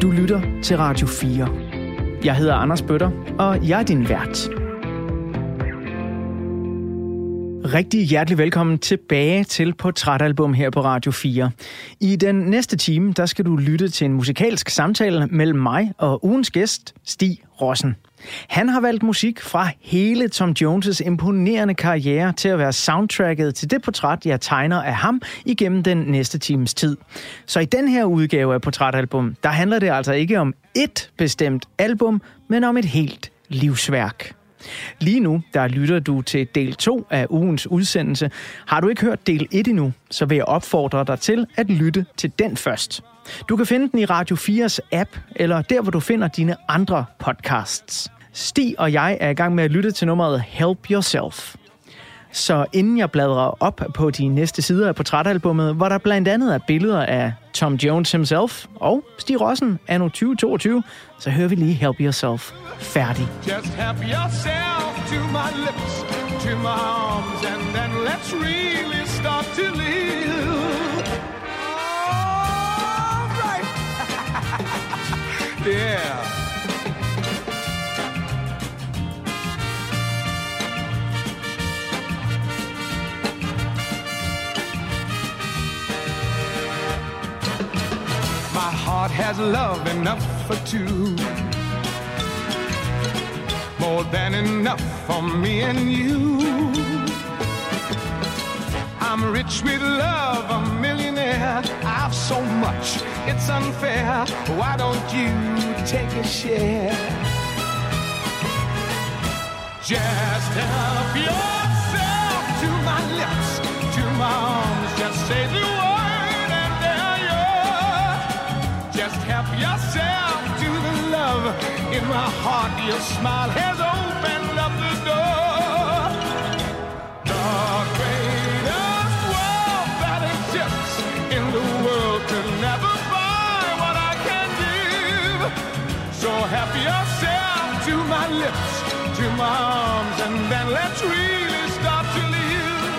Du lytter til Radio 4. Jeg hedder Anders Bøtter, og jeg er din vært. Rigtig hjertelig velkommen tilbage til Portrætalbum her på Radio 4. I den næste time, der skal du lytte til en musikalsk samtale mellem mig og ugens gæst, Stig Rossen. Han har valgt musik fra hele Tom Jones' imponerende karriere til at være soundtracket til det portræt, jeg tegner af ham igennem den næste times tid. Så i den her udgave af Portrætalbum, der handler det altså ikke om ét bestemt album, men om et helt livsværk. Lige nu, der lytter du til del 2 af ugens udsendelse. Har du ikke hørt del 1 endnu, så vil jeg opfordre dig til at lytte til den først. Du kan finde den i Radio 4's app, eller der, hvor du finder dine andre podcasts. Stig og jeg er i gang med at lytte til nummeret Help Yourself. Så inden jeg bladrer op på de næste sider af portrætalbummet, hvor der blandt andet er billeder af Tom Jones himself og Stig Rossen anno 2022, så hører vi lige Help Yourself færdig. Just help yourself to my lips, to my arms, and then let's really start to live. All right. Yeah. My heart has love enough for two, more than enough for me and you. I'm rich with love, a millionaire. I've so much, it's unfair. Why don't you take a share? Just help yourself to my lips, to my arms. Just say the word and there you're. Just help yourself to the love in my heart. Your smile has opened up the door. The greatest wealth that exists in the world could never buy what I can give. So help yourself to my lips, to my arms, and then let's really start to live.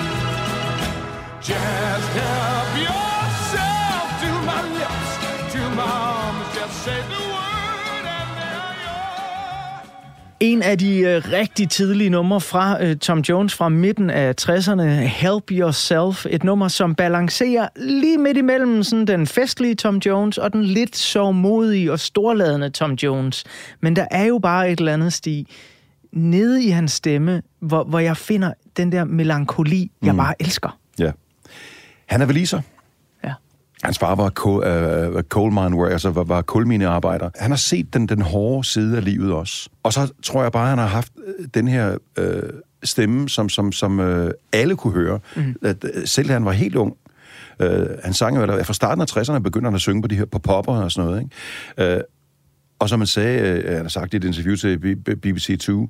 Just help yourself to my lips, to my arms, just say the word and there you're. En af de rigtig tidlige numre fra Tom Jones fra midten af 60'erne, Help Yourself, et nummer, som balancerer lige midt imellem sådan den festlige Tom Jones og den lidt sørgmodige og storladende Tom Jones. Men der er jo bare et eller andet, Stig, nede i hans stemme, hvor jeg finder den der melankoli, jeg bare elsker. Ja. Han er valiser. Ja. Hans far var coal mine worker, altså var kulminearbejder. Han har set den hårde side af livet også. Og så tror jeg bare, han har haft den her stemme, som alle kunne høre. At, selv da han var helt ung. Han sang jo, fra starten af 60'erne begyndte han at synge på popper og sådan noget, ikke? Og som man sagde, han har sagt i et interview til BBC 2,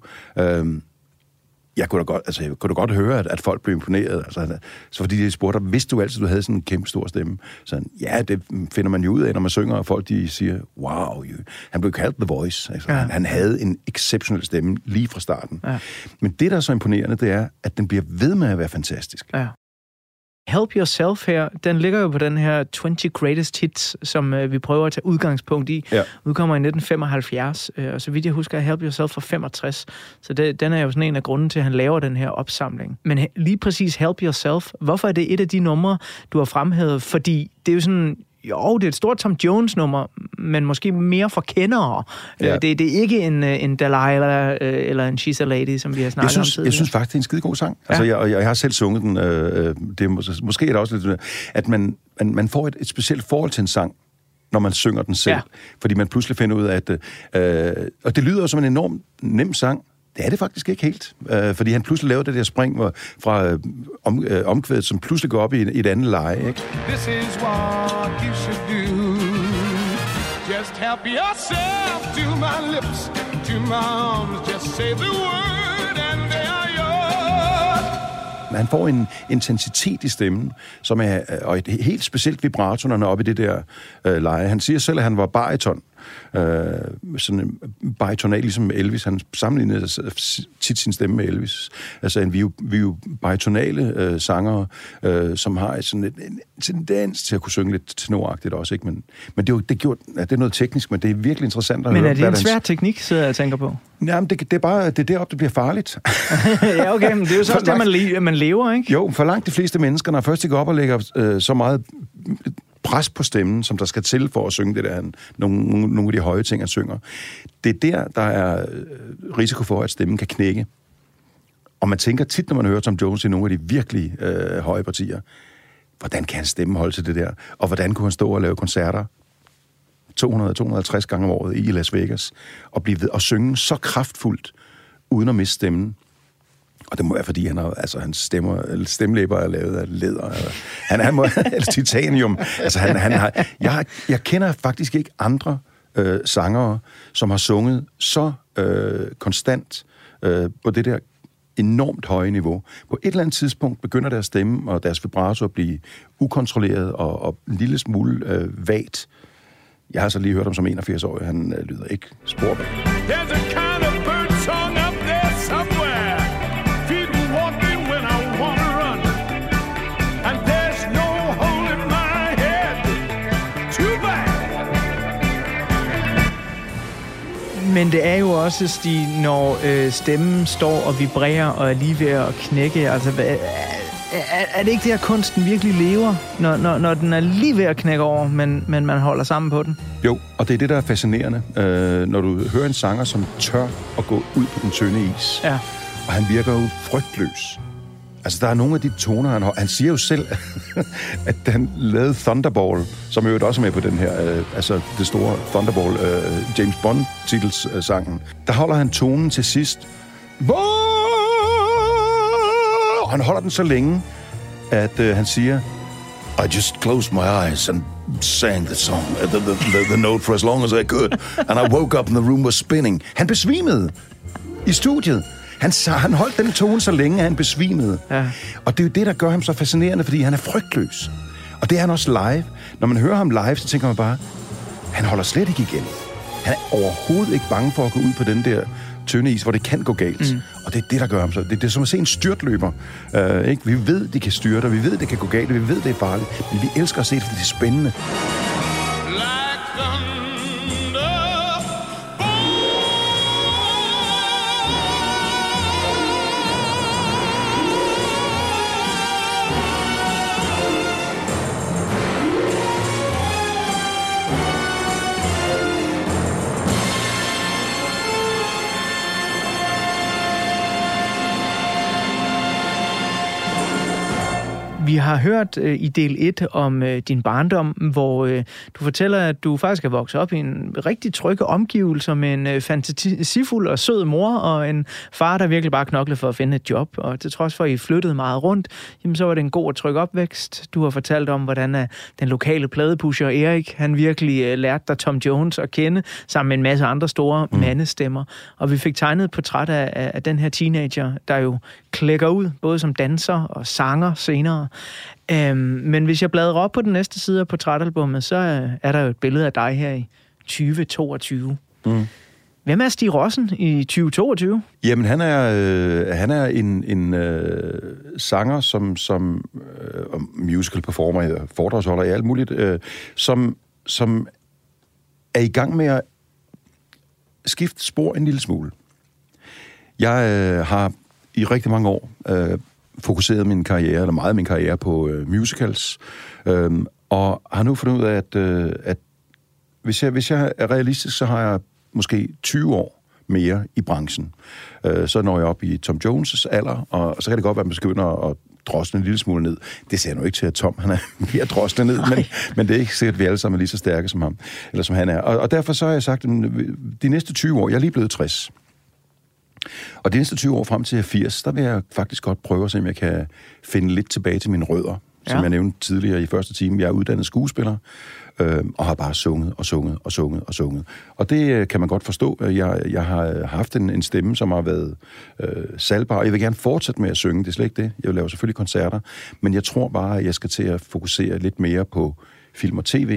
jeg kunne da godt høre, at folk blev imponeret. Altså, så fordi de spurgte dig, vidste du altid, du havde sådan en kæmpe stor stemme? Så ja, det finder man jo ud af, når man synger, og folk de siger, wow, han blev kaldt The Voice. Altså, ja. Han havde en exceptionel stemme lige fra starten. Ja. Men det, der er så imponerende, det er, at den bliver ved med at være fantastisk. Ja. Help Yourself her, den ligger jo på den her 20 Greatest Hits, som vi prøver at tage udgangspunkt i. Ja. Udkommer i 1975, og så vidt jeg husker, Help Yourself fra 65. Så den er jo sådan en af grunden til, at han laver den her opsamling. Men lige præcis Help Yourself, hvorfor er det et af de numre, du har fremhævet? Fordi det er jo sådan, jo, det er et stort Tom Jones-nummer, men måske mere for kendere. Ja. Det er ikke en Delilah eller en She's a Lady, som vi har snakket om tidligere. Jeg synes faktisk, det er en skide god sang. Ja. Altså, jeg har selv sunget den. Det er, måske er det også lidt, at man får et specielt forhold til en sang, når man synger den selv. Ja. Fordi man pludselig finder ud af, at og det lyder jo som en enormt nem sang. Det er det faktisk ikke helt, fordi han pludselig laver det der spring fra omkvædet, som pludselig går op i et andet leje, ikke? This is what you should do. Just help yourself to my lips, to my arms. Just say the word and they are yours. Han får en intensitet i stemmen, som er og et helt specielt vibrato, når han er oppe i det der leje. Han siger selv, at han var bariton. sådan en baritonal, ligesom Elvis. Han sammenlignede tit sin stemme med Elvis. Altså vi er jo baritonale sangere, som har sådan en tendens til at kunne synge lidt tenoragtigt også, ikke? Men det er noget teknisk, men det er virkelig interessant at høre. Men er det en svær teknik, sidder jeg og tænker på? Jamen, det er deroppe, det bliver farligt. Ja, okay, men det er jo så også der, man lever, ikke? Jo, for langt de fleste mennesker, når først de går op og lægger så meget pres på stemmen, som der skal til for at synge det der, nogle af de høje ting, han synger. Det er der er risiko for, at stemmen kan knække. Og man tænker tit, når man hører Tom Jones i nogle af de virkelig høje partier, hvordan kan hans stemme holde til det der? Og hvordan kunne han stå og lave koncerter 200-250 gange om året i Las Vegas, og blive ved at synge så kraftfuldt, uden at miste stemmen? Og det må være, fordi hans stemmelæber er lavet af læder. Han må altså titanium. Altså jeg kender faktisk ikke andre sangere, som har sunget så konstant på det der enormt høje niveau. På et eller andet tidspunkt begynder deres stemme og deres vibrato at blive ukontrolleret og en lille smule vagt. Jeg har så lige hørt ham som 81-årig. Han lyder ikke spor bag. Men det er jo også, Stig, når stemmen står og vibrerer og er lige ved at knække. Altså, er det ikke det, at kunsten virkelig lever, når den er lige ved at knække over, men man holder sammen på den? Jo, og det er det, der er fascinerende. Når du hører en sanger, som tør at gå ud på den tynde is, ja. Og han virker jo frygtløs. Altså, der er nogle af de toner, han siger jo selv, at han lavede Thunderball, som jo også er med på den her, altså det store Thunderball, James Bond-titelssangen. Der holder han tonen til sidst. Og han holder den så længe, at han siger, I just closed my eyes and sang the song, the note for as long as I could, and I woke up and the room was spinning. Han besvimede i studiet. Han holdt den tone så længe, at han besvimede. Ja. Og det er jo det, der gør ham så fascinerende, fordi han er frygtløs. Og det er han også live. Når man hører ham live, så tænker man bare, han holder slet ikke igen. Han er overhovedet ikke bange for at gå ud på den der tynde is, hvor det kan gå galt. Og det er det, der gør ham så. Det er som at se en styrtløber. Ikke? Vi ved, de kan styrte, og vi ved, det kan gå galt, og vi ved, det er farligt. Men vi elsker at se det, fordi det er spændende. Vi har hørt i del 1 om din barndom, hvor du fortæller, at du faktisk er vokset op i en rigtig trygge omgivelse med en fantasifuld og sød mor og en far, der virkelig bare knoklede for at finde et job. Og til trods for, at I flyttede meget rundt, jamen, så var det en god og tryg opvækst. Du har fortalt om, hvordan den lokale pladepusher Erik, han virkelig lærte dig Tom Jones at kende, sammen med en masse andre store mandestemmer. Og vi fik tegnet et portræt af den her teenager, der jo klækker ud, både som danser og sanger senere. Men hvis jeg bladrer op på den næste side af portrætalbummet, så er der jo et billede af dig her i 2022. Hvem er Stig Rossen i 2022? Jamen, han er en sanger, som musical performer, foredragsholder i alt muligt, som er i gang med at skifte spor en lille smule. Jeg har i rigtig mange år fokuseret meget af min karriere på musicals, og har nu fundet ud af, at hvis jeg er realistisk, så har jeg måske 20 år mere i branchen. Så når jeg op i Tom Jones' alder, og så kan det godt være, at man skal begynde at drosle en lille smule ned. Det ser jeg nu ikke til, at Tom han er mere drosle ned, men det er ikke sikkert, at vi alle sammen er lige så stærke som ham, eller som han er. Og derfor så har jeg sagt, at de næste 20 år, jeg er lige blevet 60, og de næste 20 år frem til 80, der vil jeg faktisk godt prøve at se, om jeg kan finde lidt tilbage til mine rødder, som jeg nævnte tidligere i første time. Jeg er uddannet skuespiller, og har bare sunget. Og det kan man godt forstå. Jeg har haft en stemme, som har været salgbar. Jeg vil gerne fortsætte med at synge, det er slet ikke det. Jeg vil lave selvfølgelig koncerter, men jeg tror bare, at jeg skal til at fokusere lidt mere på film og tv,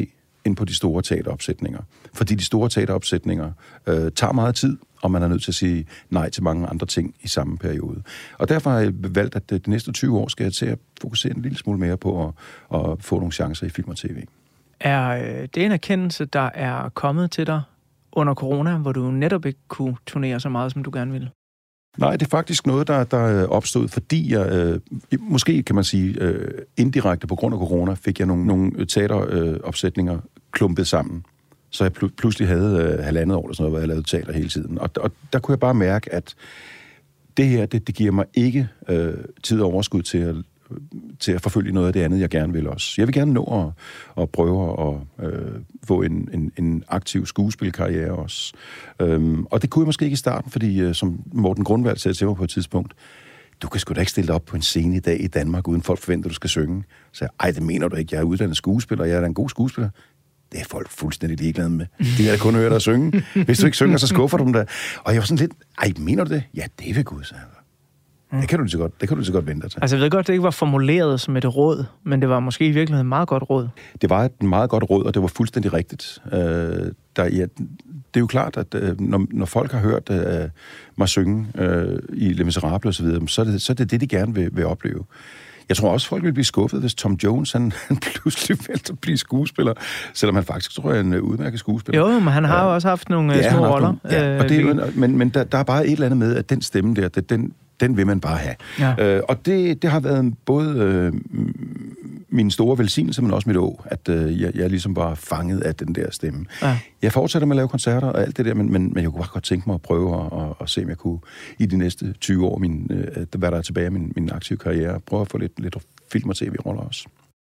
end på de store teateropsætninger. Fordi de store teateropsætninger tager meget tid, og man er nødt til at sige nej til mange andre ting i samme periode. Og derfor har jeg valgt, at de næste 20 år skal jeg til at fokusere en lille smule mere på at få nogle chancer i film og tv. Er det en erkendelse, der er kommet til dig under corona, hvor du netop ikke kunne turnere så meget, som du gerne ville? Nej, det er faktisk noget, der opstod, fordi jeg, måske kan man sige, indirekte på grund af corona, fik jeg nogle teateropsætninger klumpet sammen. Så jeg pludselig havde 1,5 år eller sådan noget, hvor jeg lavede teater hele tiden. Og der kunne jeg bare mærke, at det her, det giver mig ikke tid og overskud til at forfølge noget af det andet, jeg gerne vil også. Jeg vil gerne nå at prøve at få en aktiv skuespilkarriere også. Og det kunne jeg måske ikke i starten, fordi som Morten Grundvald sagde til mig på et tidspunkt, du kan sgu da ikke stille dig op på en scene i dag i Danmark, uden folk forventer, at du skal synge. Så jeg, det mener du ikke. Jeg er uddannet skuespiller, jeg er da en god skuespiller. Det er folk fuldstændig ligeglade med. De har da kun hørt dig synge. Hvis du ikke synger, så skuffer du dem da. Og jeg var sådan lidt, mener du det? Ja, det er ved Gud, sagde jeg. Det kan du så godt vente dig til. Altså, jeg ved godt, det ikke var formuleret som et råd, men det var måske i virkeligheden et meget godt råd. Det var et meget godt råd, og det var fuldstændig rigtigt. Det er jo klart, at når folk har hørt mig synge i Les Misérables og så videre, så er det de gerne vil opleve. Jeg tror også, folk vil blive skuffet, hvis Tom Jones han pludselig valgte at blive skuespiller, selvom han faktisk, tror jeg, er en udmærket skuespiller. Jo, men han har jo også haft nogle små roller. Men der er bare et eller andet med, at den stemme der, den vil man bare have. Ja. Og det har været både min store velsignelse, men også mit at jeg ligesom var fanget af den der stemme. Ja. Jeg fortsætter med at lave koncerter og alt det der, men jeg kunne bare godt tænke mig at prøve at se, om jeg kunne i de næste 20 år, hvad der er tilbage af min aktive karriere, prøve at få lidt film- og tv-roller også.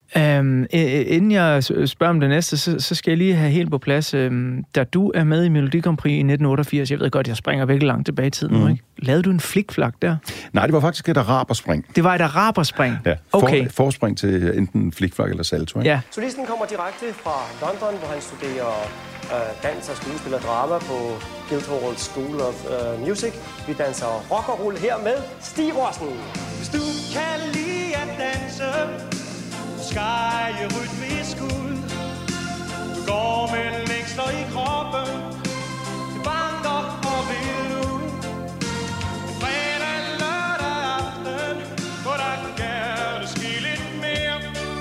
Inden jeg spørger om det næste, så skal jeg lige have helt på plads, da du er med i Melodi Grand Prix i 1988, jeg ved godt, jeg springer virkelig langt tilbage i tiden nu, ikke? Lavede du en flikflak der? Nej, det var faktisk et araberspring. Det var et araberspring? Ja, okay. Forspring til enten flikflak eller salto, ikke? Ja. Solisten kommer direkte fra London, hvor han studerer dans og skuespil og drama på Guildhall School of Music. Vi danser rock og roll her med Stig Rossen. Hvis du kan lide at danse, skæje rytmisk ud. Du går med længsler i kroppen, det banker og vil ud. Fredag, lørdag aften, hvor der gerne ske lidt mere.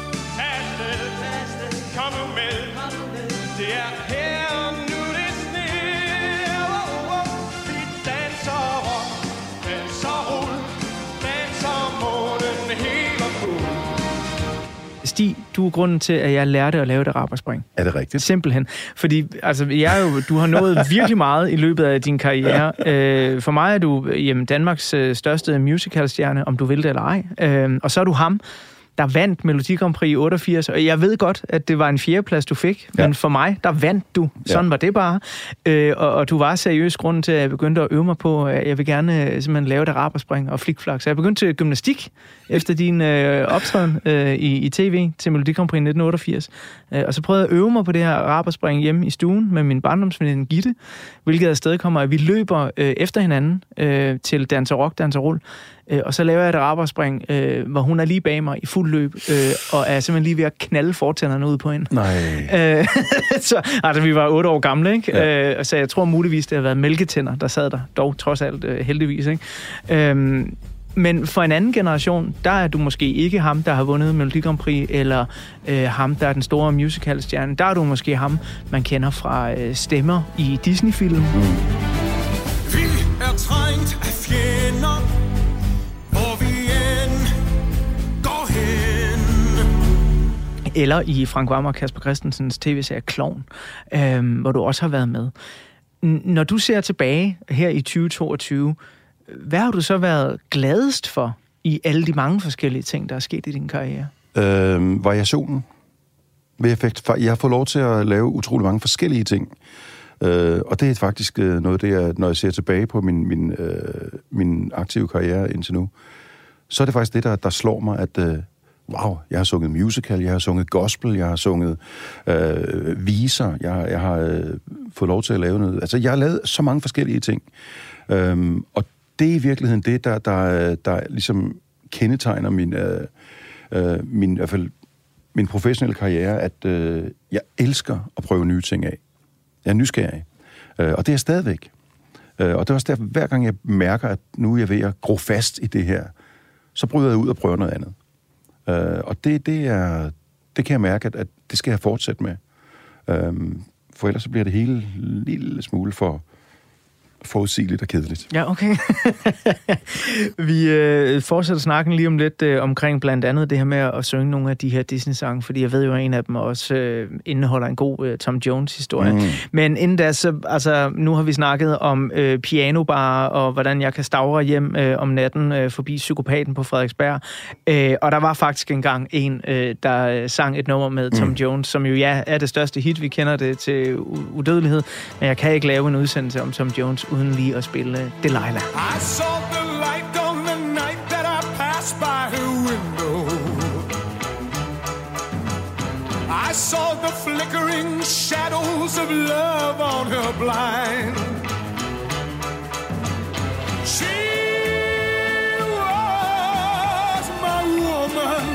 Afsted, kom nu med, det er her nu det sner. Vi danser rock, danser rull, danser månen helt og fuld. Stig, du er grunden til, at jeg lærte at lave et araberspring. Er det rigtigt? Simpelthen. Fordi altså, du har nået virkelig meget i løbet af din karriere. For mig er du Danmarks største musicalstjerne, om du vil det eller ej. Og så er du ham, der vandt Melodi Grand Prix i 88, og jeg ved godt, at det var en 4. plads, du fik, men for mig, der vandt du. Sådan var det bare. Og du var seriøs grunden til, at jeg begyndte at øve mig på, at jeg vil gerne simpelthen lave et araberspring og flikflak. Så jeg begyndte til gymnastik efter din optræden i tv til Melodi Grand Prix i 1988. Og så prøvede jeg at øve mig på det her araberspring hjemme i stuen med min barndomsveninde Gitte, hvilket afsted kommer, at vi løber efter hinanden til Danser Rock, Danser Rull. Og så laver jeg et araberspring, hvor hun er lige bag mig i fuld løb, og er simpelthen lige ved at knalde fortænderne ud på hende. Nej. Så, altså, vi var 8 år gamle, ikke? Ja. Så jeg tror muligvis, det har været mælketænder, der sad der. Dog trods alt heldigvis, ikke? Men for en anden generation, der er du måske ikke ham, der har vundet Melodi Grand Prix, eller ham, der er den store musicalstjerne. Der er du måske ham, man kender fra stemmer i Disney-film. Vi er trængt af fjender, hvor vi end går hen. Eller i Frank Hvam og Kasper Christensens tv-serie Klovn, hvor du også har været med. Når du ser tilbage her i 2022, hvad har du så været gladest for i alle de mange forskellige ting, der er sket i din karriere? Variationen. Jeg har fået lov til at lave utrolig mange forskellige ting. Og det er faktisk noget af det, når jeg ser tilbage på min aktive karriere indtil nu, så er det faktisk det, der slår mig, at wow, jeg har sunget musical, jeg har sunget gospel, jeg har sunget viser, jeg har fået lov til at lave noget. Altså, jeg har lavet så mange forskellige ting. Og det er i virkeligheden det, der ligesom kendetegner min i hvert fald min professionelle karriere, at jeg elsker at prøve nye ting af. Jeg er nysgerrig. Og det er jeg stadigvæk. Og det er også derfor, hver gang jeg mærker, at nu er jeg ved at gro fast i det her, så bryder jeg ud og prøver noget andet. Og det kan jeg mærke, at det skal jeg fortsætte med. For ellers så bliver det hele en lille smule for forudsigeligt og kedeligt. Ja, okay. Vi fortsætter snakken lige om lidt omkring blandt andet det her med at synge nogle af de her Disney-sange, fordi jeg ved jo, at en af dem også indeholder en god Tom Jones-historie. Men inden da, så, altså, nu har vi snakket om pianobar, og hvordan jeg kan stavre hjem om natten forbi Psykopaten på Frederiksberg. Og der var faktisk engang en, der sang et nummer med Tom Jones, som jo er det største hit, vi kender det til udødelighed. Men jeg kan ikke lave en udsendelse om Tom Jones uden lige at spille Delilah. I saw the light on the night that I passed by her window. I saw the flickering shadows of love on her blind. She was my woman.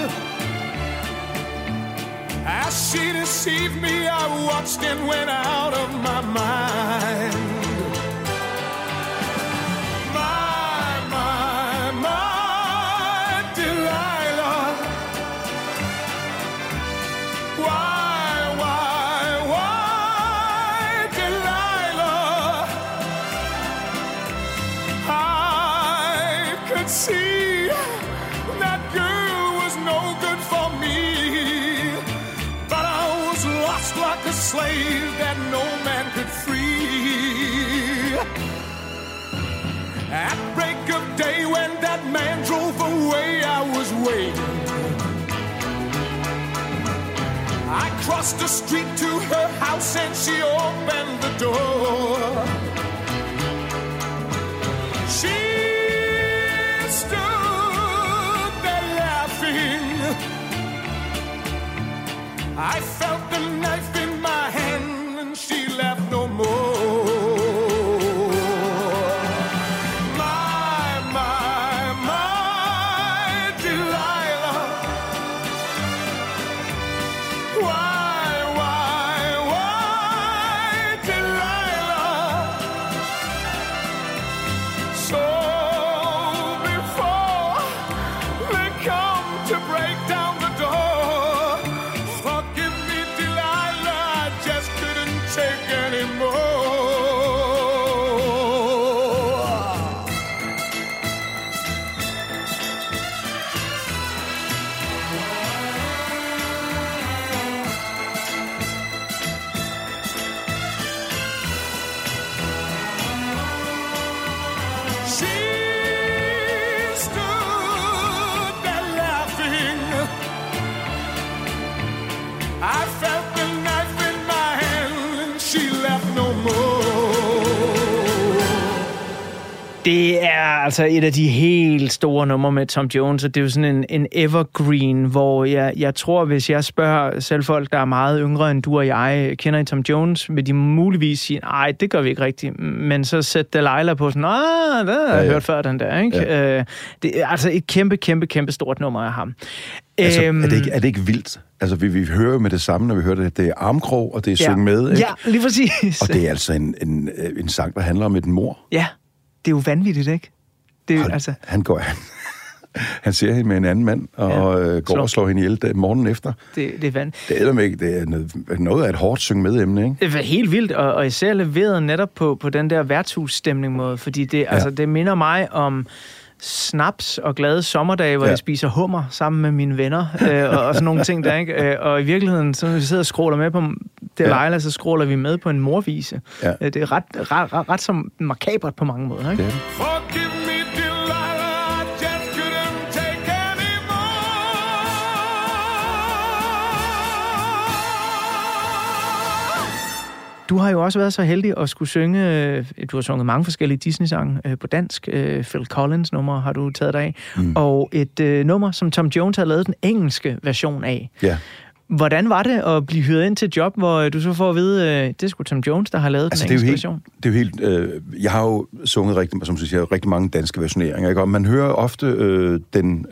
As she deceived me, I watched and went out of my mind. See, that girl was no good for me, but I was lost like a slave that no man could free. At break of day when that man drove away, I was waiting. I crossed the street to her house and she opened the door. She stood there laughing. I felt the knife in my hand and she laughed no more. My Delilah. Why, Delilah? So to break down the door. Forgive me, Delilah, I just couldn't take anymore. She stood there laughing. I felt the knife in my hand and she left no more. Det er altså et af de helt store numre med Tom Jones, og det er jo sådan en evergreen, hvor jeg tror, hvis jeg spørger selv folk, der er meget yngre end du og jeg, kender I Tom Jones, vil de muligvis sige, nej, det gør vi ikke rigtigt. Men så sæt Delilah på sådan, det har jeg hørt før den der, ikke? Ja. Det er altså et kæmpe stort nummer af ham. Altså, er det ikke vildt? Altså, vi hører jo med det samme, når vi hører det. Det er armkrog, og det er synge med, ikke? Ja, lige præcis. Og det er altså en sang, der handler om et mord. Ja, det er jo vanvittigt, ikke? Det er, altså... Han ser hende med en anden mand, og går og slår hende ihjel morgenen efter. Det er vanvittigt. Det er noget af et hårdt synge med emne, ikke? Det er helt vildt, og især leveret netop på den der værtshus-stemning måde, fordi det minder mig om snaps og glade sommerdage, hvor jeg spiser hummer sammen med mine venner, og sådan nogle ting der, ikke? Og i virkeligheden, så når vi sidder og scroller med på Delilah, så scroller vi med på en morvise. Ja. Det er ret så makabert på mange måder, ikke? Forgive me, Delilah, I just couldn't take anymore. Du har jo også været så heldig at skulle synge, du har sunget mange forskellige Disney-sange på dansk. Phil Collins nummer har du taget dig af. Og et nummer, som Tom Jones har lavet den engelske version af. Ja. Hvordan var det at blive hyret ind til et job, hvor du så får at vide, det er sgu Tom Jones, der har lavet den engelske version? Det er jo helt... jeg har jo sunget rigtig mange danske versioneringer, ikke? Og man hører ofte den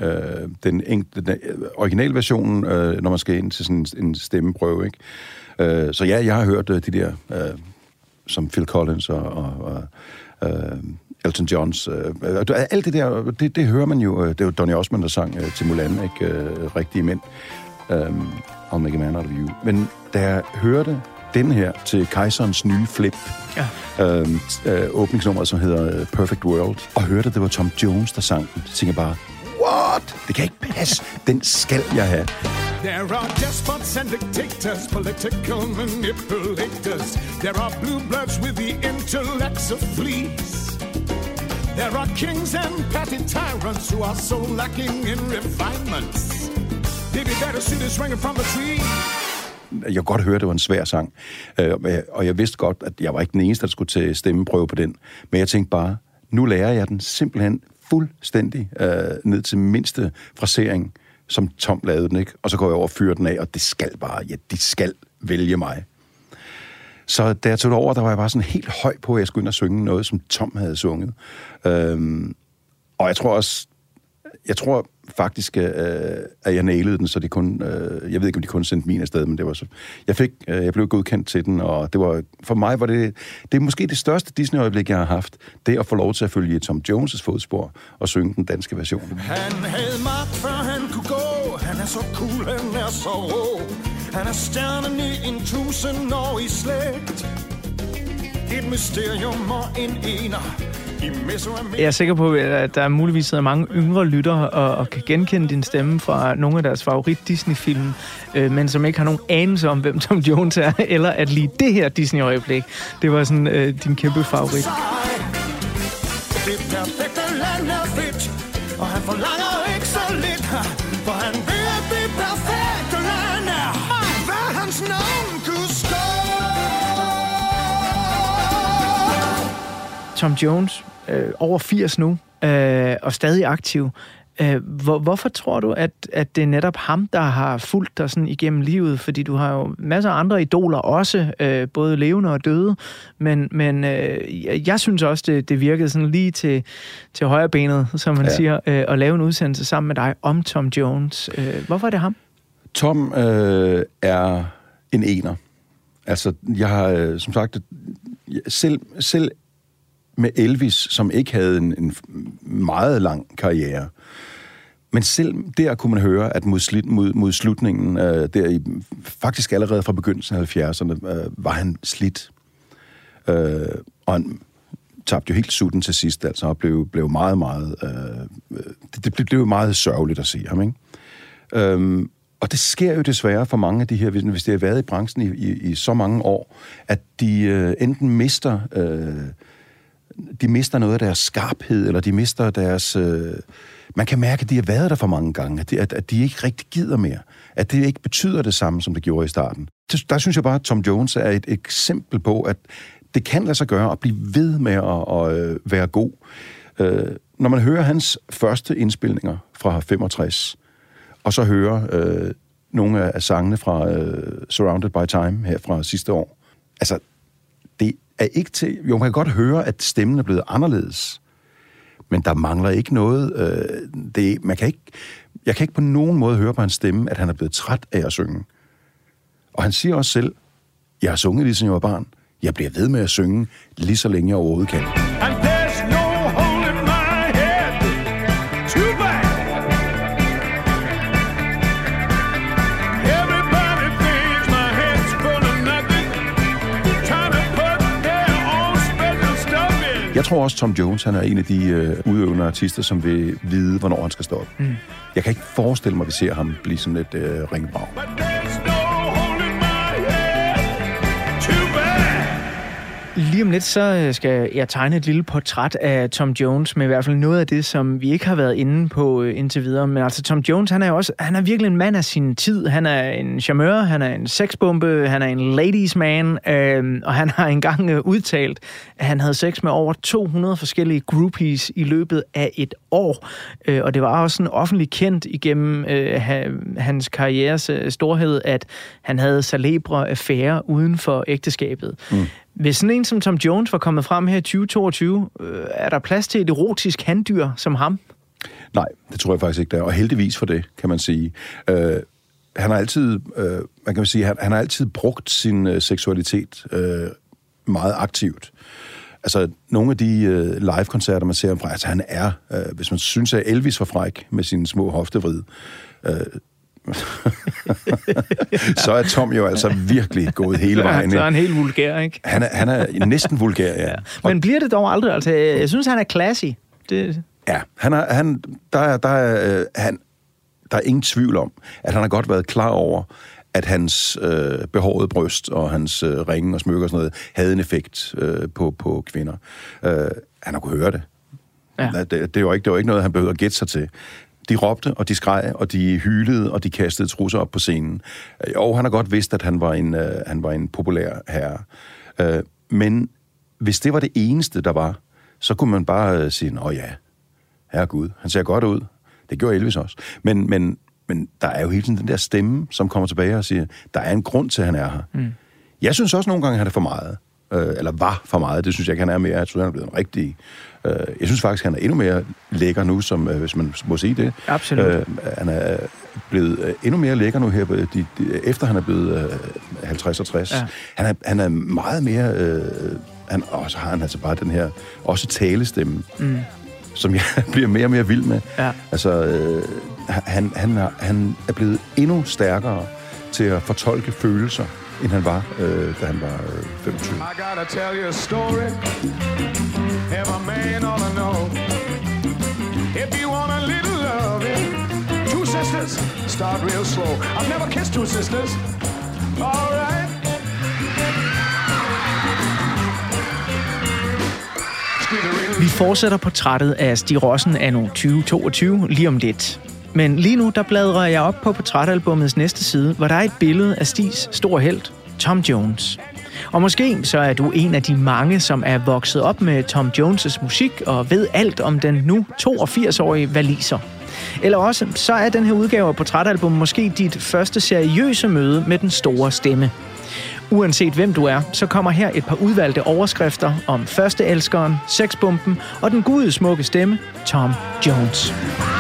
originalversionen, når man skal ind til sådan en stemmeprøve, ikke? Så ja, jeg har hørt de der, som Phil Collins og Elton Johns. Alt det der, det hører man jo. Det er jo Donny Osmond, der sang til Mulan, ikke? Rigtige mænd. I'll make a man out of you. Men da jeg hørte den her til Kejserens nye flip, åbningsnummeret, som hedder Perfect World, og hørte, at det var Tom Jones, der sang den, så tænkte jeg bare, what? Det kan ikke passe. Den skal jeg have. There are despots and dictators, political manipulators. There are blue bloods with the intellects of fleas. There are kings and petty tyrants who are so lacking in refinements. They be better suited swinging from the tree. Jeg kunne godt høre, at det var en svær sang. Og jeg vidste godt, at jeg var ikke den eneste, der skulle til stemmeprøve på den. Men jeg tænkte bare, nu lærer jeg den simpelthen fuldstændig ned til mindste frasering, som Tom lavede den, ikke? Og så går jeg over og fyrer den af, og det skal bare, de skal vælge mig. Så da jeg tog det over, der var jeg bare sådan helt høj på, at jeg skulle ind og synge noget, som Tom havde sunget. Og jeg tror faktisk, at jeg nailede den, så det kun... jeg ved ikke, om de kun sendte min afsted, men det var så... Jeg blev godkendt til den, og det var... For mig var det er måske det største Disney-øjeblik, jeg har haft, det at få lov til at følge Tom Jones' fodspor og synge den danske version. Han havde magt, før han kunne gå. Han er så cool, han er så rå. Han er stjernen i en 1000-årig slægt. Et mysterium og en ener. Jeg er sikker på, at der muligvis sidder mange yngre lyttere og kan genkende din stemme fra nogle af deres favorit Disney-film, men som ikke har nogen anelse om, hvem Tom Jones er, eller at lige det her Disney-øjeblik, det var sådan din kæmpe favorit. Det perfekte land er fedt, og han forlanger ikke så lidt, for han ved, at det perfekte land er. Hvad hans navn kunne stå? Tom Jones, over 80 nu, og stadig aktiv. Hvorfor tror du, at det er netop ham, der har fulgt dig sådan igennem livet? Fordi du har jo masser af andre idoler også, både levende og døde. Men jeg synes også, det virkede sådan lige til højre benet, som man siger, at lave en udsendelse sammen med dig om Tom Jones. Hvorfor er det ham? Tom er en ener. Altså, jeg har som sagt selv med Elvis, som ikke havde en meget lang karriere. Men selv der kunne man høre, at mod slutningen, faktisk allerede fra begyndelsen af 70'erne, var han slidt. Og han tabte jo helt sutten til sidst, altså, og blev meget, meget... det blev meget sørgeligt at se ham, ikke? Og det sker jo desværre for mange af de her, hvis de har været i branchen i så mange år, at de enten mister... de mister noget af deres skarphed, eller de mister deres... man kan mærke, at de har været der for mange gange, at de ikke rigtig gider mere. At det ikke betyder det samme, som det gjorde i starten. Der synes jeg bare, at Tom Jones er et eksempel på, at det kan lade sig gøre at blive ved med at være god. Når man hører hans første indspilninger fra 65, og så hører nogle af sangene fra Surrounded by Time her fra sidste år, altså, det er ikke til... Jo, man kan godt høre, at stemmen er blevet anderledes, men der mangler ikke noget... Jeg kan ikke på nogen måde høre på hans stemme, at han er blevet træt af at synge. Og han siger også selv, jeg har sunget lige siden jeg var barn. Jeg bliver ved med at synge, lige så længe jeg overhovedet kan. Jeg tror også, Tom Jones, han er en af de udøvende artister, som vil vide, hvornår han skal stoppe. Jeg kan ikke forestille mig, at vi ser ham blive sådan et Lige om lidt, så skal jeg tegne et lille portræt af Tom Jones, med i hvert fald noget af det, som vi ikke har været inde på indtil videre. Men altså, Tom Jones, han er virkelig en mand af sin tid. Han er en charmeur, han er en sexbombe, han er en ladies man, og han har engang udtalt, at han havde sex med over 200 forskellige groupies i løbet af et år. Og det var også sådan offentligt kendt igennem hans karrieres storhed, at han havde celebre affærer uden for ægteskabet. Hvis sådan en som Tom Jones var kommet frem her i 2022, er der plads til et erotisk handdyr som ham? Nej, det tror jeg faktisk ikke, der er. Og heldigvis for det, kan man sige. Han har altid, han har altid brugt sin seksualitet meget aktivt. Altså, nogle af de live-koncerter, man ser ham fra, altså han er, hvis man synes, at Elvis var fræk med sine små hoftevrid, så er Tom jo altså virkelig gået hele vejen. Så er han helt vulgær, ikke? Han er næsten vulgær, ja. Men bliver det dog aldrig? Altså, jeg synes, han er classy. Det... Ja, der er ingen tvivl om, at han har godt været klar over, at hans behårede bryst og hans ringe og smykker og sådan noget havde en effekt på kvinder. Han har kunnet høre det. Ja. Det var ikke noget, han behøvede at gætte sig til. De råbte, og de skreg, og de hylede, og de kastede trusser op på scenen. Jo, han har godt vidst, at han var en populær herre. Men hvis det var det eneste, der var, så kunne man bare sige, nå ja, herregud, han ser godt ud. Det gjorde Elvis også. Men der er jo hele tiden den der stemme, som kommer tilbage og siger, der er en grund til, at han er her. Jeg synes også nogle gange, at han er for meget. Eller var for meget. Det synes jeg ikke, han er mere. Jeg synes, han er blevet en rigtig... Jeg synes faktisk, han er endnu mere lækker nu, som, hvis man må sige det. Absolut. Han er blevet endnu mere lækker nu her, efter han er blevet 50 og 60. Ja. Han er meget mere... og så har han altså bare den her også talestemme, som jeg bliver mere og mere vild med. Ja. Altså, han er blevet endnu stærkere til at fortolke følelser, end han var, da han var 25. I gotta tell you a story. Every man ought to know. If you want a little loving, two sisters, start real slow. I've never kissed two sisters. All right. Vi fortsætter portrættet af Stig Rossen anno 2022 lige om lidt. Men lige nu, der bladrer jeg op på portrætalbummets næste side, hvor der er et billede af Stigs store helt, Tom Jones. Og måske så er du en af de mange, som er vokset op med Tom Jones' musik og ved alt om den nu 82-årige waliser. Eller også så er den her udgave af portrætalbum måske dit første seriøse møde med den store stemme. Uanset hvem du er, så kommer her et par udvalgte overskrifter om førsteelskeren, sexbomben og den gudesmukke stemme, Tom Jones.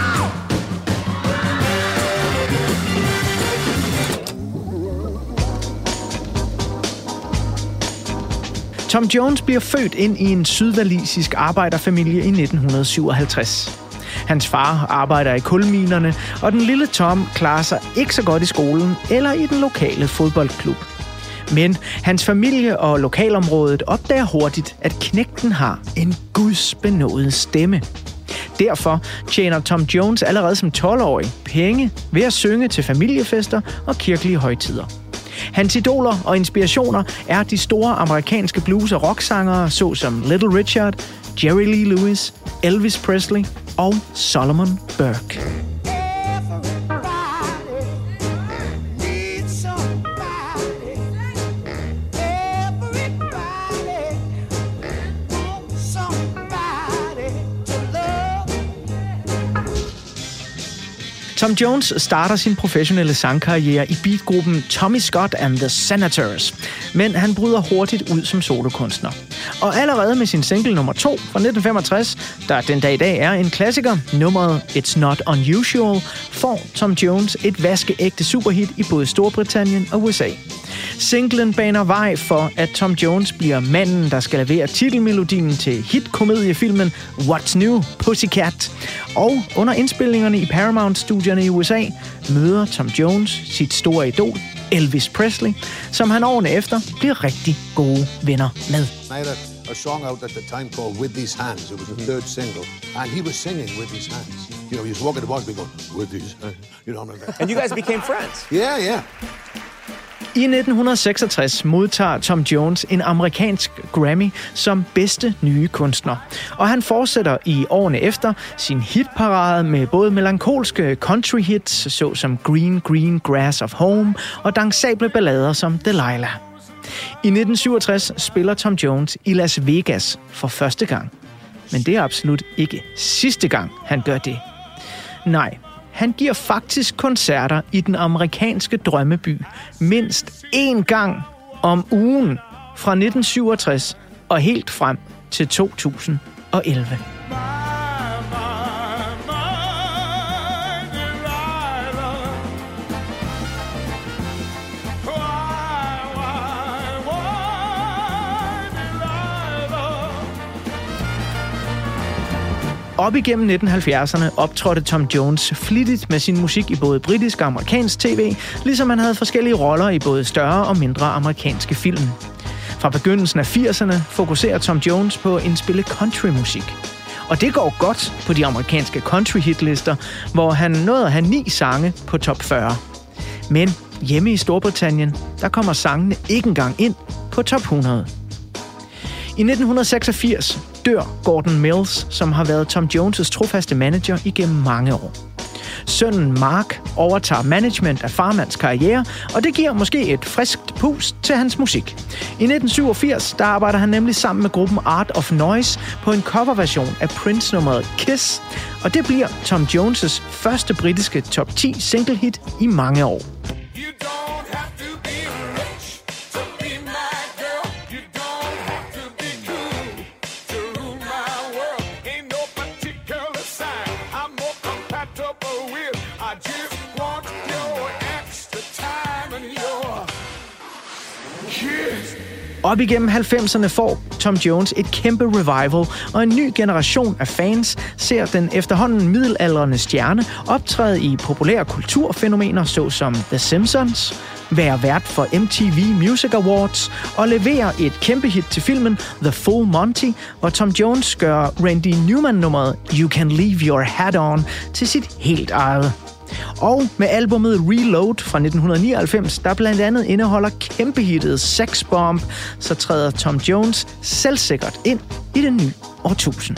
Tom Jones bliver født ind i en sydwalisisk arbejderfamilie i 1957. Hans far arbejder i kulminerne, og den lille Tom klarer sig ikke så godt i skolen eller i den lokale fodboldklub. Men hans familie og lokalområdet opdager hurtigt, at knægten har en gudsbenådet stemme. Derfor tjener Tom Jones allerede som 12-årig penge ved at synge til familiefester og kirkelige højtider. Hans idoler og inspirationer er de store amerikanske blues- og rocksangere såsom Little Richard, Jerry Lee Lewis, Elvis Presley og Solomon Burke. Tom Jones starter sin professionelle sangkarriere i beatgruppen Tommy Scott and the Senators, men han bryder hurtigt ud som solokunstner. Og allerede med sin single nummer 2 fra 1965, der den dag i dag er en klassiker, nummeret It's Not Unusual, får Tom Jones et vaskeægte superhit i både Storbritannien og USA. Singlen baner vej for, at Tom Jones bliver manden, der skal levere titelmelodien til hitkomediefilmen What's New, Pussycat. Og under indspilningerne i Paramount-studierne i USA møder Tom Jones sit store idol, Elvis Presley, som han årene efter bliver rigtig gode venner med. A song out at the time called With These Hands. It was the third single. And he was singing With These Hands. You know, he was walking the walk, we go, With These Hands. You know what I mean? And you guys became friends? Yeah. I 1966 modtager Tom Jones en amerikansk Grammy som bedste nye kunstner. Og han fortsætter i årene efter sin hitparade med både melankolske country hits, såsom Green Green Grass of Home, og dansable ballader som Delilah. I 1967 spiller Tom Jones i Las Vegas for første gang. Men det er absolut ikke sidste gang, han gør det. Nej, han giver faktisk koncerter i den amerikanske drømmeby mindst én gang om ugen fra 1967 og helt frem til 2011. Op igennem 1970'erne optrådte Tom Jones flittigt med sin musik i både britisk og amerikansk tv, ligesom han havde forskellige roller i både større og mindre amerikanske film. Fra begyndelsen af 80'erne fokuserer Tom Jones på at indspille countrymusik. Og det går godt på de amerikanske country-hitlister, hvor han nåede at have 9 sange på top 40. Men hjemme i Storbritannien, der kommer sangene ikke engang ind på top 100. I 1986 dør Gordon Mills, som har været Tom Jones' trofaste manager igennem mange år. Sønnen Mark overtager management af farmands karriere, og det giver måske et friskt pust til hans musik. I 1987 der arbejder han nemlig sammen med gruppen Art of Noise på en coverversion af Prince-nummeret Kiss, og det bliver Tom Jones' første britiske top 10 single hit i mange år. Op igennem 90'erne får Tom Jones et kæmpe revival, og en ny generation af fans ser den efterhånden middelaldrende stjerne optræde i populære kulturfænomener såsom The Simpsons, være vært for MTV Music Awards og levere et kæmpe hit til filmen The Full Monty, hvor Tom Jones gør Randy Newman-nummeret You Can Leave Your Hat On til sit helt eget. Og med albumet Reload fra 1999, der blandt andet indeholder kæmpehittet Sex Bomb, så træder Tom Jones selvsikkert ind i det nye årtusind.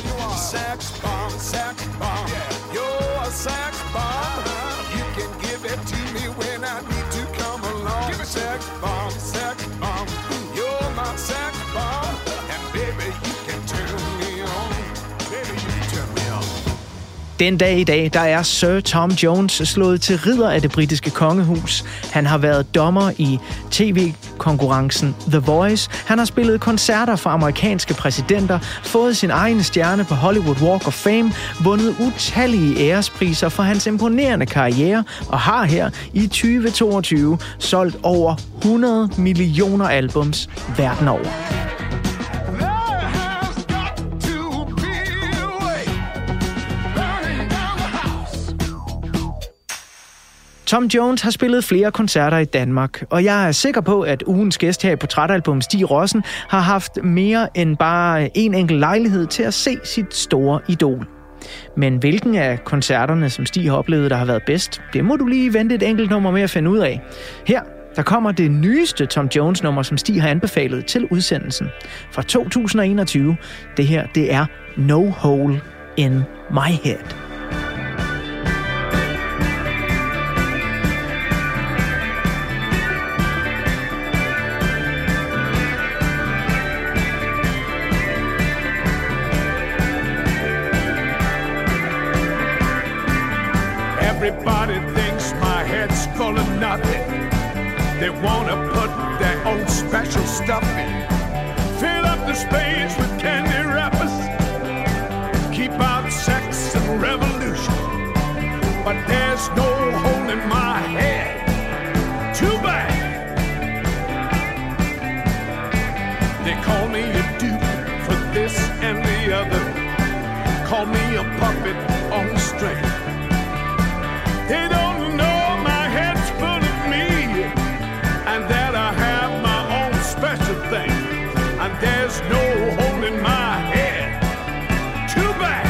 Den dag i dag, der er Sir Tom Jones slået til ridder af det britiske kongehus. Han har været dommer i tv-konkurrencen The Voice. Han har spillet koncerter for amerikanske præsidenter, fået sin egen stjerne på Hollywood Walk of Fame, vundet utallige ærespriser for hans imponerende karriere og har her i 2022 solgt over 100 millioner albums verden over. Tom Jones har spillet flere koncerter i Danmark, og jeg er sikker på, at ugens gæst her i Portrætalbum, Stig Rossen, har haft mere end bare en enkelt lejlighed til at se sit store idol. Men hvilken af koncerterne, som Stig har oplevet, der har været bedst, det må du lige vente et enkelt nummer med at finde ud af. Her der kommer det nyeste Tom Jones-nummer, som Stig har anbefalet til udsendelsen fra 2021. Det her, det er No Hole in My Head. Everybody thinks my head's full of nothing. They wanna put their own special stuff in. Fill up the space with candy wrappers. Keep out sex and revolution. But there's no hole in my head. Too bad. They call me a dupe for this and the other. Call me a puppet on the string. They don't know my head's full of me, and that I have my own special thing, and there's no hole in my head. Too bad.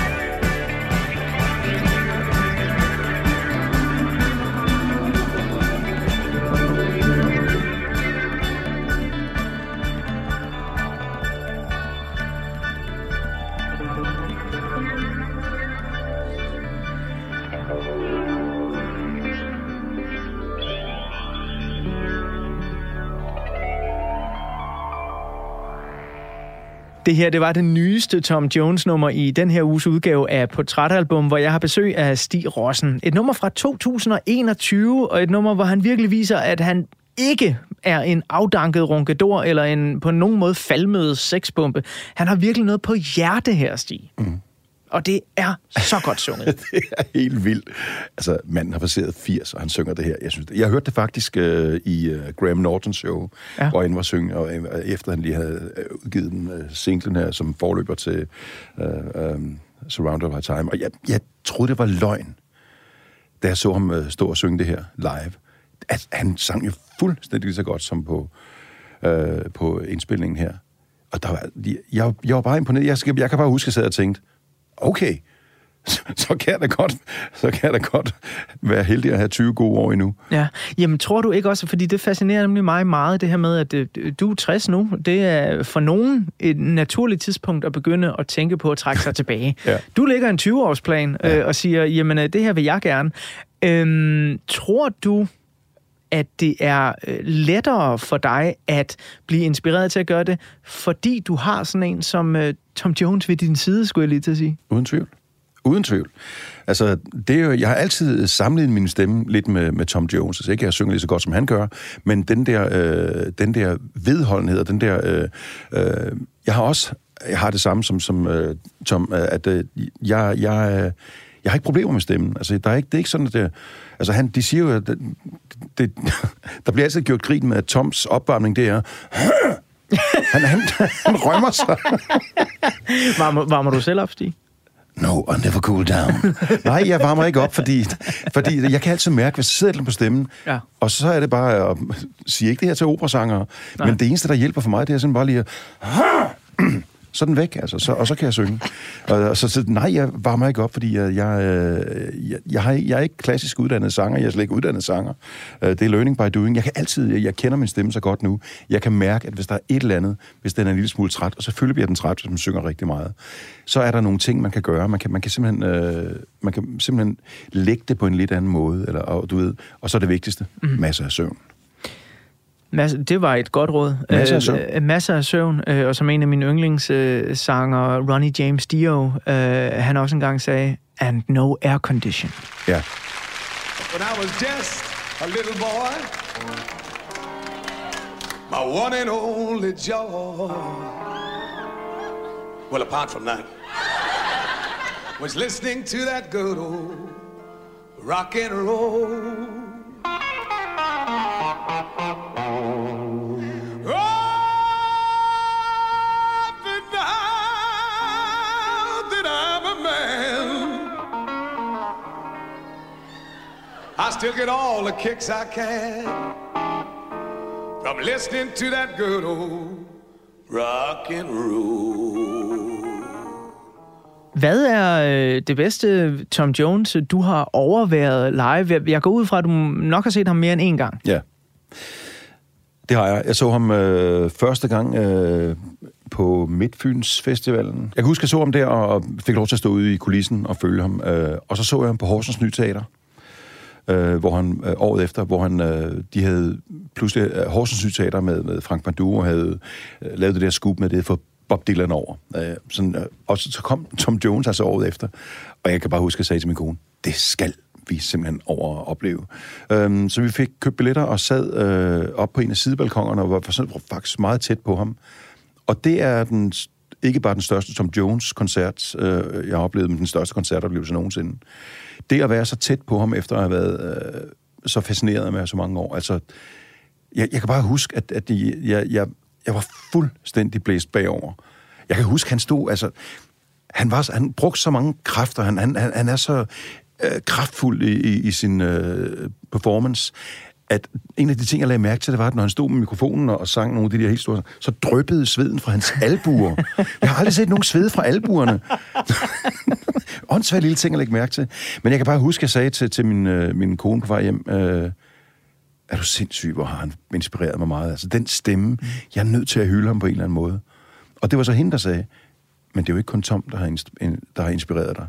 Det her, det var det nyeste Tom Jones-nummer i den her uges udgave af Portrætalbum, hvor jeg har besøg af Stig Rossen. Et nummer fra 2021, og et nummer, hvor han virkelig viser, at han ikke er en afdanket ronkedor eller en på nogen måde faldmødet sexbombe. Han har virkelig noget på hjerte her, Stig. Og det er så godt sunget. Det er helt vildt. Altså, manden har passeret 80, og han synger det her. Jeg hørte det faktisk i Graham Nortons show, hvor han var synge, og efter han lige havde udgivet den singlen her, som forløber til Surrounded by Time. Og jeg troede, det var løgn, da jeg så ham stå og synge det her live. At han sang jo fuldstændig lige så godt som på indspilningen her. Og der var, jeg var bare imponeret. Jeg kan bare huske, at jeg sad og tænkte, okay, så kan jeg da godt være heldig at have 20 gode år endnu. Ja, jamen tror du ikke også, fordi det fascinerer nemlig mig meget, det her med, at du er 60 nu, det er for nogen et naturligt tidspunkt at begynde at tænke på at trække sig tilbage. Ja. Du lægger en 20-årsplan og siger, jamen det her vil jeg gerne. Tror du, at det er lettere for dig at blive inspireret til at gøre det, fordi du har sådan en som Tom Jones ved din side, skulle jeg lige til at sige? Uden tvivl. Altså, det er jo, jeg har altid sammenlignet min stemme lidt med Tom Jones. Altså ikke, jeg synger lige så godt, som han gør, men den der vedholdenhed, og den der... jeg har det samme som Tom, at jeg har ikke problemer med stemmen. Altså, det er ikke sådan, at det... Altså, de siger jo, at der bliver altid gjort grin med, at Toms opvarmning, det er... han rømmer sig. Varmer du selv op, Stig? No, I never cool down. Nej, jeg varmer ikke op, fordi jeg kan altid mærke, hvis jeg sidder lidt på stemmen, og så er det bare at sige ikke det her til operasangere, men det eneste, der hjælper for mig, det er sådan bare lige at... Så er den væk, altså, og så kan jeg synge. Så nej, jeg varmer ikke op, fordi jeg er ikke klassisk uddannet sanger, jeg er slet ikke uddannet sanger. Det er learning by doing. Jeg kender min stemme så godt nu. Jeg kan mærke, at hvis der er et eller andet, hvis den er en lille smule træt, og selvfølgelig bliver den træt, hvis man synger rigtig meget, så er der nogle ting, man kan gøre. Man kan simpelthen lægge det på en lidt anden måde, og så er det vigtigste, masser af søvn. Det var et godt råd. Masser af søvn. Og som en af mine yndlingssanger, Ronnie James Dio, han også engang sagde, and no air condition. Ja. When I was just a little boy, my one and only joy, well, apart from that, was listening to that good old rock and roll. I still get all the kicks I can from listening to that good old rock and roll. Hvad er det bedste Tom Jones, du har overværet live? Jeg går ud fra, at du nok har set ham mere end en gang. Ja, det har jeg. Jeg så ham første gang på Midtfyns Festivalen. Jeg kan huske, at jeg så ham der og fik lov til at stå ude i kulissen og følge ham. Og så jeg ham på Horsens Nye Teater. Hvor han året efter, hvor han de havde pludselig Horsens Nye Teater med Frank Panduro havde lavet det der scoop med det for Bob Dylan over. Og så kom Tom Jones altså året efter, og jeg kan bare huske, at jeg sagde til min kone, det skal vi simpelthen over at opleve. Så vi fik købt billetter og sad op på en af sidebalkonerne og var faktisk meget tæt på ham. Og det er ikke bare den største Tom Jones-koncert, jeg har oplevet, men den største koncertoplevelse nogensinde. Det at være så tæt på ham, efter at have været så fascineret med så mange år. Altså, jeg kan bare huske, at jeg var fuldstændig blæst bagover. Jeg kan huske, han stod, altså, han brugte så mange kræfter, han er så kraftfuld i sin performance, at en af de ting, jeg lagde mærke til, det var, at når han stod med mikrofonen og sang nogle af de der helt store, så dryppede sveden fra hans albuer. Jeg har aldrig set nogen sved fra albuerne. Åndssvagt lille ting at lægge mærke til. Men jeg kan bare huske, at jeg sagde til min kone på vej hjem, er du sindssyg, hvor har han inspireret mig meget. Altså den stemme, jeg er nødt til at hylde ham på en eller anden måde. Og det var så hende, der sagde, men det er jo ikke kun Tom, der har inspireret dig.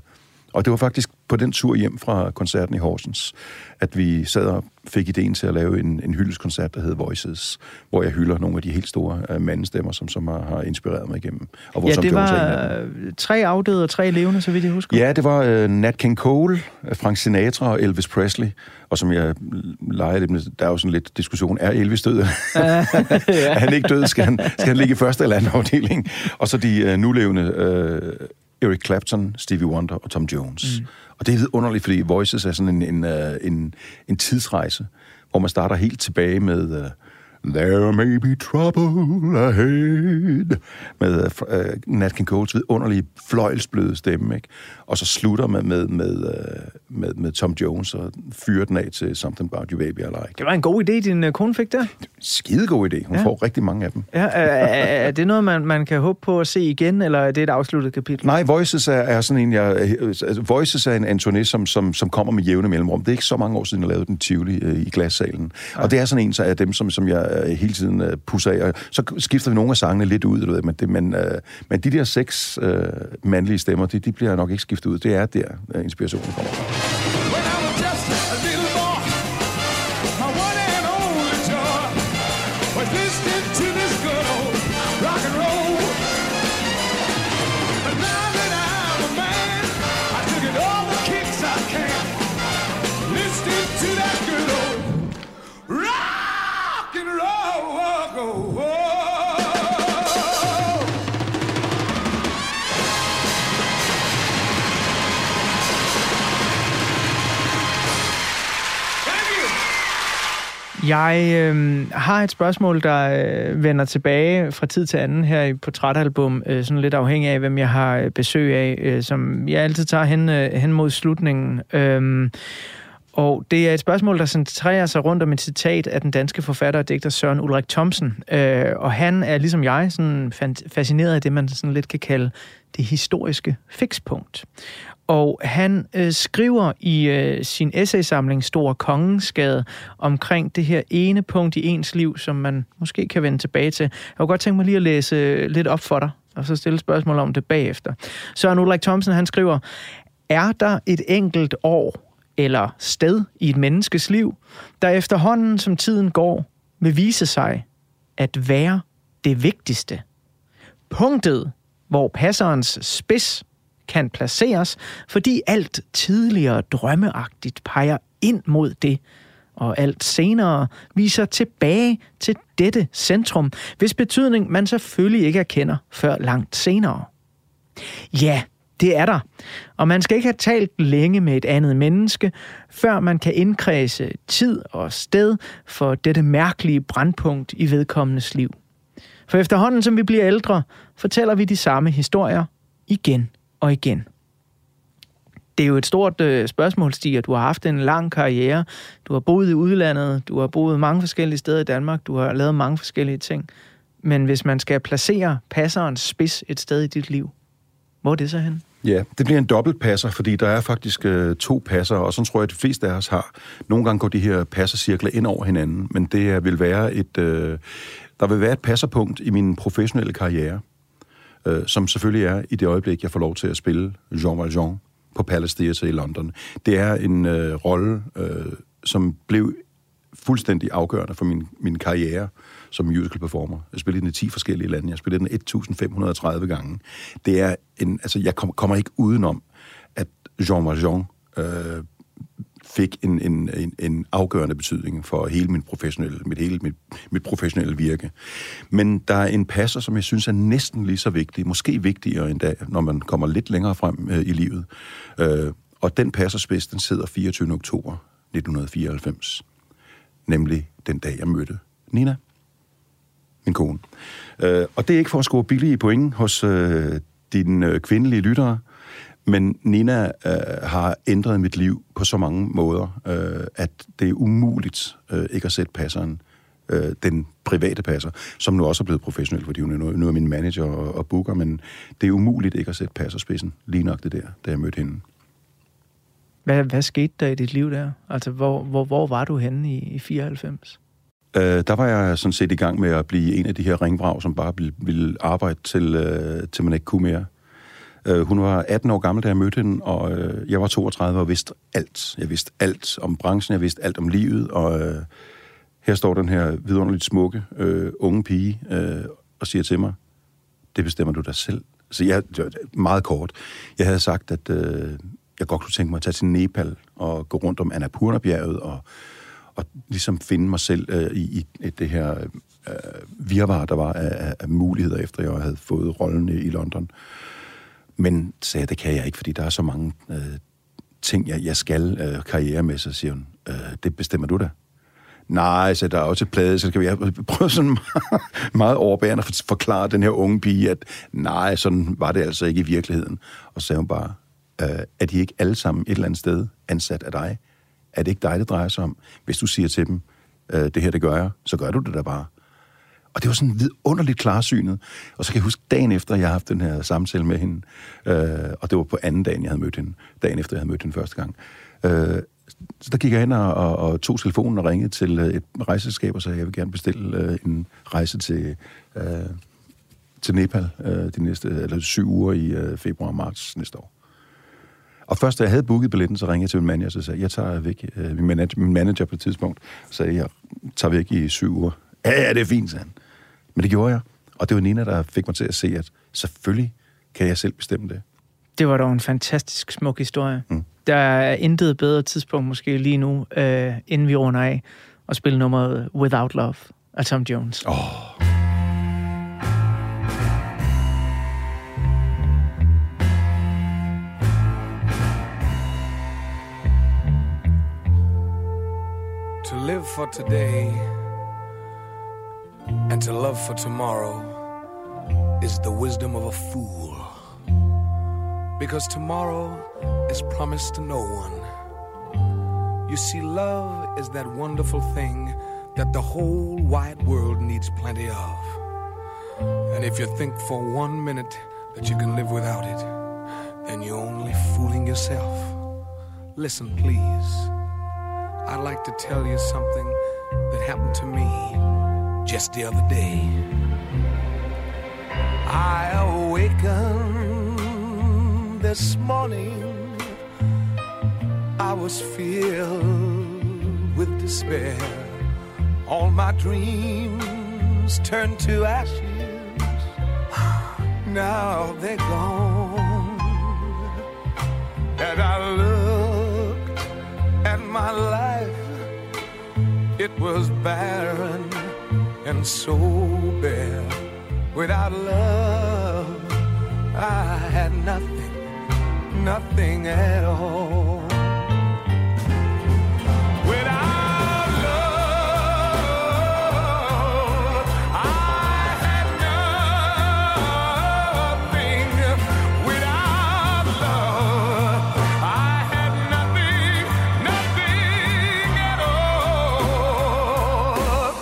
Og det var faktisk på den tur hjem fra koncerten i Horsens, at vi sad og fik ideen til at lave en hyldeskoncert, der hed Voices, hvor jeg hylder nogle af de helt store mandestemmer, som har inspireret mig igennem. Og hvor ja, det var 3 afdøde og 3 levende, så vidt jeg husker. Ja, det var Nat King Cole, Frank Sinatra og Elvis Presley. Og som jeg leger lidt med, der er jo sådan lidt diskussion, er Elvis død? Er han ikke død? Skal han ligge i første eller anden afdeling? Og så de nulevende Eric Clapton, Stevie Wonder og Tom Jones. Og det er lidt underligt, fordi Voices er sådan en tidsrejse, hvor man starter helt tilbage med There may be trouble ahead, med Nat King Cole's vidunderlige fløjlsbløde stemme, ikke? Og så slutter man med Tom Jones og fyrer den af til Something About You Baby I Like. Det var en god idé, din kone fik der. Skidegod idé. Hun får rigtig mange af dem. Ja, er det noget, man kan håbe på at se igen, eller er det et afsluttet kapitel? Nej, Voices er sådan Voices er en turné, som kommer med jævne mellemrum. Det er ikke så mange år siden, jeg lavede den Tivoli i Glassalen. Ja. Og det er sådan en af dem, som jeg hele tiden pusser af. Og så skifter vi nogle af sangene lidt ud, du ved, men de der 6 mandlige stemmer, de bliver nok ikke skiftet ud. Det er der, inspirationen kommer fra. Jeg har et spørgsmål, der vender tilbage fra tid til anden her i Portrætalbum, sådan lidt afhængig af, hvem jeg har besøg af, som jeg altid tager hen mod slutningen. Og det er et spørgsmål, der centrerer sig rundt om et citat af den danske forfatter og digter Søren Ulrik Thomsen. Og han er ligesom jeg sådan fascineret af det, man sådan lidt kan kalde det historiske fikspunkt. Og han skriver i sin essaysamling Store Kongensgade omkring det her ene punkt i ens liv, som man måske kan vende tilbage til. Jeg kunne godt tænke mig lige at læse lidt op for dig, og så stille spørgsmål om det bagefter. Søren Ulrik Thomsen, han skriver, er der et enkelt år eller sted i et menneskes liv, der efterhånden som tiden går, vil vise sig at være det vigtigste? Punktet, hvor passerens spids kan placeres, fordi alt tidligere drømmeagtigt peger ind mod det, og alt senere viser tilbage til dette centrum, hvis betydning man selvfølgelig ikke erkender før langt senere. Ja, det er der, og man skal ikke have talt længe med et andet menneske, før man kan indkredse tid og sted for dette mærkelige brandpunkt i vedkommendes liv. For efterhånden som vi bliver ældre, fortæller vi de samme historier igen og igen. Det er jo et stort spørgsmål, Stig, at du har haft en lang karriere. Du har boet i udlandet, du har boet mange forskellige steder i Danmark, du har lavet mange forskellige ting. Men hvis man skal placere passerens spids et sted i dit liv, hvor er det så hen? Ja, det bliver en dobbeltpasser, fordi der er faktisk 2 passer, og sådan tror jeg, at de fleste af os har. Nogle gange går de her passercirkler ind over hinanden, men det vil være der vil være et passerpunkt i min professionelle karriere, som selvfølgelig er i det øjeblik, jeg får lov til at spille Jean Valjean på Palace Theatre i London. Det er en rolle, som blev fuldstændig afgørende for min karriere som musical performer. Jeg spillede den i 10 forskellige lande. Jeg spillede den 1530 gange. Det er jeg kommer ikke udenom, at Jean Valjean fik en afgørende betydning for hele mit professionelle virke. Men der er en passer, som jeg synes er næsten lige så vigtig, måske vigtigere endda, når man kommer lidt længere frem i livet. Og den passerspids, den sidder 24. oktober 1994. Nemlig den dag, jeg mødte Nina, min kone. Og det er ikke for at score billige point hos dine kvindelige lyttere, men Nina har ændret mit liv på så mange måder, at det er umuligt ikke at sætte passeren, den private passer, som nu også er blevet professionel, fordi hun nu er min manager og booker, men det er umuligt ikke at sætte passerspidsen lige nok det der, da jeg mødte hende. Hvad skete der i dit liv der? Altså, hvor var du henne i 94? Der var jeg sådan set i gang med at blive en af de her ringvrag, som bare ville arbejde til man ikke kunne mere. Hun var 18 år gammel, da jeg mødte hende, og jeg var 32 og vidste alt. Jeg vidste alt om branchen, jeg vidste alt om livet, og her står den her vidunderligt smukke unge pige og siger til mig, det bestemmer du dig selv. Så jeg, meget kort, jeg havde sagt, at jeg godt kunne tænke mig at tage til Nepal og gå rundt om Annapurna-bjerget og ligesom finde mig selv i det her virvar, der var af muligheder, efter jeg havde fået rollen i London. Men sagde jeg, det kan jeg ikke, fordi der er så mange ting, jeg skal karriere med, så siger hun, det bestemmer du da. Nej, så der er også et plade, så skal vi prøve sådan meget overbærende at forklare den her unge pige, at nej, sådan var det altså ikke i virkeligheden. Og så sagde hun bare, er de ikke alle sammen et eller andet sted ansat af dig? Er det ikke dig, det drejer sig om? Hvis du siger til dem, det her, det gør jeg, så gør du det da bare. Og det var sådan vidunderligt klarsynet. Og så kan jeg huske, dagen efter, jeg havde haft den her samtale med hende, og det var på anden dagen, jeg havde mødt hende, dagen efter, jeg havde mødt hende første gang, så der gik jeg hen og tog telefonen og ringede til et rejseselskab og sagde, at jeg vil gerne bestille en rejse til Nepal de næste 7 uger i februar og marts næste år. Og først, da jeg havde booket billetten, så ringede jeg til min manager og sagde, jeg tager væk. Min manager på et tidspunkt sagde, jeg tager væk i 7 uger. Ja, det er fint, sagde han. Men det gjorde jeg. Og det var Nina, der fik mig til at se, at selvfølgelig kan jeg selv bestemme det. Det var dog en fantastisk smuk historie. Der er intet bedre tidspunkt måske lige nu, inden vi runder af, at spille nummeret Without Love af Tom Jones. To live for today and to love for tomorrow is the wisdom of a fool. Because tomorrow is promised to no one. You see, love is that wonderful thing that the whole wide world needs plenty of. And if you think for 1 minute that you can live without it, then you're only fooling yourself. Listen, please. I'd like to tell you something that happened to me just the other day. I awakened this morning, I was filled with despair. All my dreams turned to ashes, now they're gone. And I looked at my life, it was barren and so bare. Without love, I had nothing, nothing at all. Without love, I had nothing. Without love, I had nothing, nothing at all.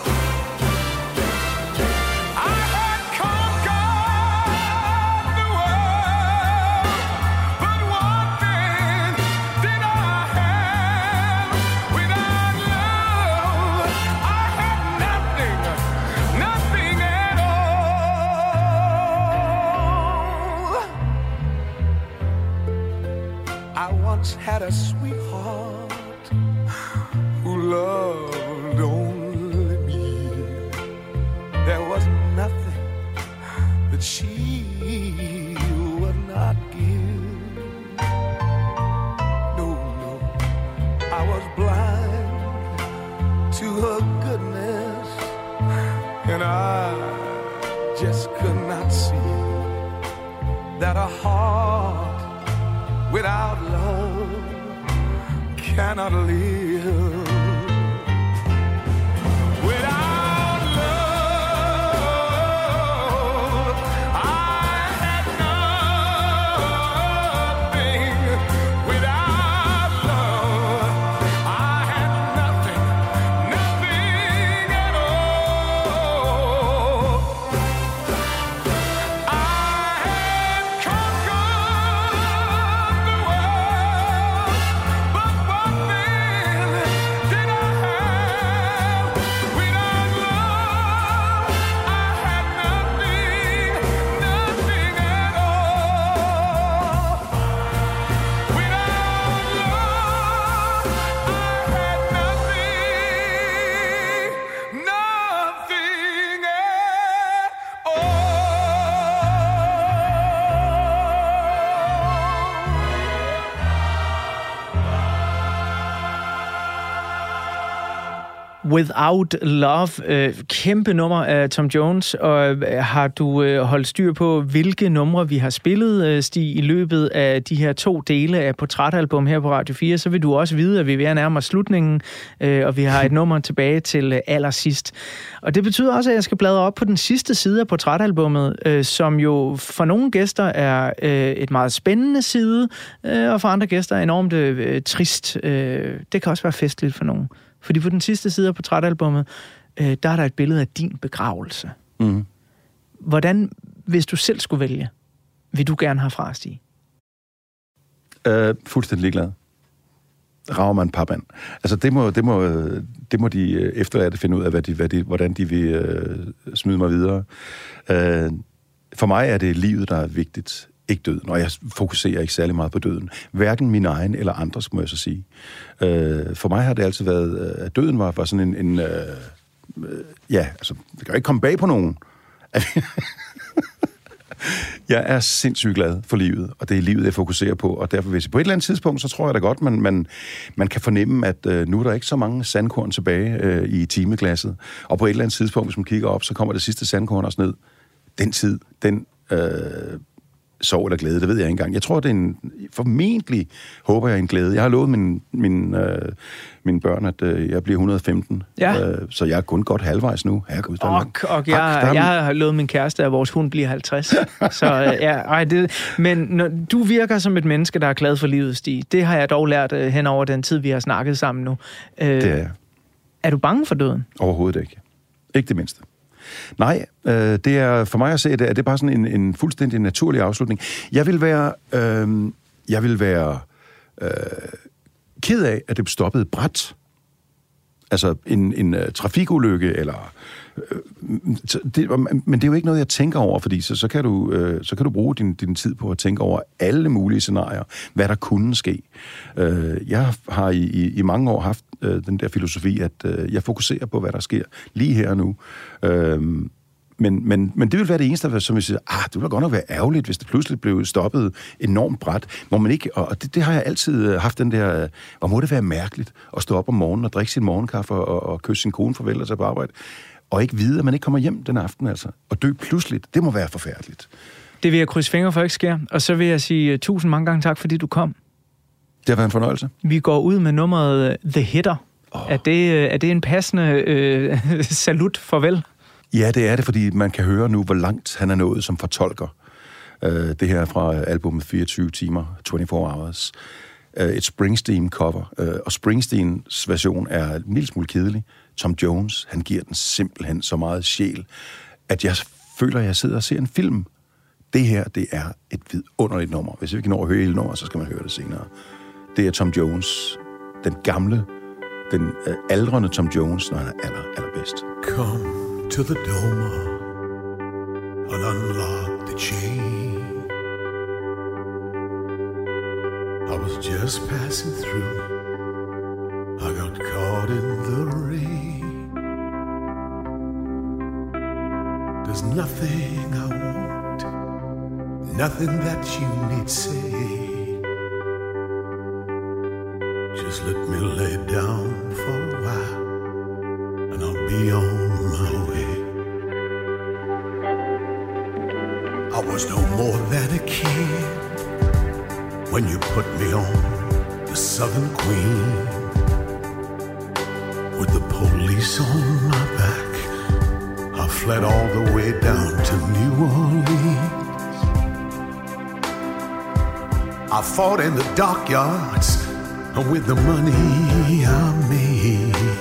I had conquered the world, but what then did I have? Without love, I had nothing, nothing at all. I once had a sweetheart who loved only me. There was nothing that she would not give. No, no, I was blind to her goodness, and I just could not see that a heart without love cannot live. Without love, I had nothing. Without love, I had nothing, nothing at all. I had conquered the world, but what then Without Love, kæmpe nummer af Tom Jones, og har du holdt styr på, hvilke numre vi har spillet, Stig, i løbet af de her 2 dele af portrætalbum her på Radio 4, så vil du også vide, at vi er ved at nærme os slutningen, og vi har et nummer tilbage til allersidst. Og det betyder også, at jeg skal bladre op på den sidste side af portrætalbummet, som jo for nogle gæster er et meget spændende side, og for andre gæster er enormt trist. Det kan også være festligt for nogen. Fordi på den sidste side af portrætalbummet, der er der et billede af din begravelse. Mm. Hvordan, hvis du selv skulle vælge, vil du gerne have fra, Stig? Fuldstændig ligeglad. Rager man papand. Altså, det må de efterladte finde ud af, hvordan de vil smide mig videre. For mig er det livet, der er vigtigt. Ikke døden, og jeg fokuserer ikke særlig meget på døden. Hverken min egen eller andres, må jeg så sige. For mig har det altid været, at døden var sådan en ja, altså, det kan jo ikke komme bag på nogen. Jeg er sindssygt glad for livet, og det er livet, jeg fokuserer på, og derfor hvis på et eller andet tidspunkt, så tror jeg da godt, man kan fornemme, at nu er der ikke så mange sandkorn tilbage i timeglasset, og på et eller andet tidspunkt, hvis man kigger op, så kommer det sidste sandkorn også ned. Den tid, den sorg eller glæde, det ved jeg ikke engang. Jeg tror, det er formentlig håber jeg en glæde. Jeg har lovet mine børn, at jeg bliver 115. Ja. Så jeg er kun godt halvvejs nu. Og jeg har lovet min kæreste, at vores hund bliver 50. Så men når du virker som et menneske, der er glad for livet, Stig. Det har jeg dog lært hen over den tid, vi har snakket sammen nu. Det er jeg. Er du bange for døden? Overhovedet ikke. Ikke det mindste. Nej, det er for mig at se, at det er bare sådan en fuldstændig naturlig afslutning. Jeg vil være ked af, at det stoppede brat. Altså en trafikulykke, eller... men det er jo ikke noget, jeg tænker over, fordi så kan du bruge din tid på at tænke over alle mulige scenarier, hvad der kunne ske. Jeg har i mange år haft den der filosofi, at jeg fokuserer på, hvad der sker lige her og nu. Men det vil være det eneste, som jeg siger, det vil godt nok være ærgerligt, hvis det pludselig blev stoppet enormt brat, hvor man ikke, og det har jeg altid haft den der, hvor må det være mærkeligt at stå op om morgenen og drikke sin morgenkaffe og kysse sin kone farvel og tage på arbejde, og ikke vide, at man ikke kommer hjem den aften, altså. Og dø pludseligt, det må være forfærdeligt. Det vil jeg krydse fingre for ikke sker, og så vil jeg sige 1000 mange gange tak, fordi du kom. Det har været en fornøjelse. Vi går ud med nummeret The Hitter. Er det en passende salut farvel? Ja, det er det, fordi man kan høre nu, hvor langt han er nået som fortolker. Det her fra albumet 24 timer, 24 hours. Et Springsteen-cover. Og Springsteens version er en lille smule kedelig. Tom Jones, han giver den simpelthen så meget sjæl, at jeg føler, at jeg sidder og ser en film. Det her, det er et vidunderligt nummer. Hvis vi ikke når at høre hele nummer, så skal man høre det senere. Det er Tom Jones, den gamle, den aldrende Tom Jones, når han er allerbedst. Come to the Doma and unlock the chain. I was just passing through. I got caught in the rain. There's nothing I want, nothing that you need say. Just let me lay down for a while, and I'll be on my way. I was no more than a kid when you put me on the Southern Queen. With the police on my back, I fled all the way down to New Orleans. I fought in the dockyards with the money I made.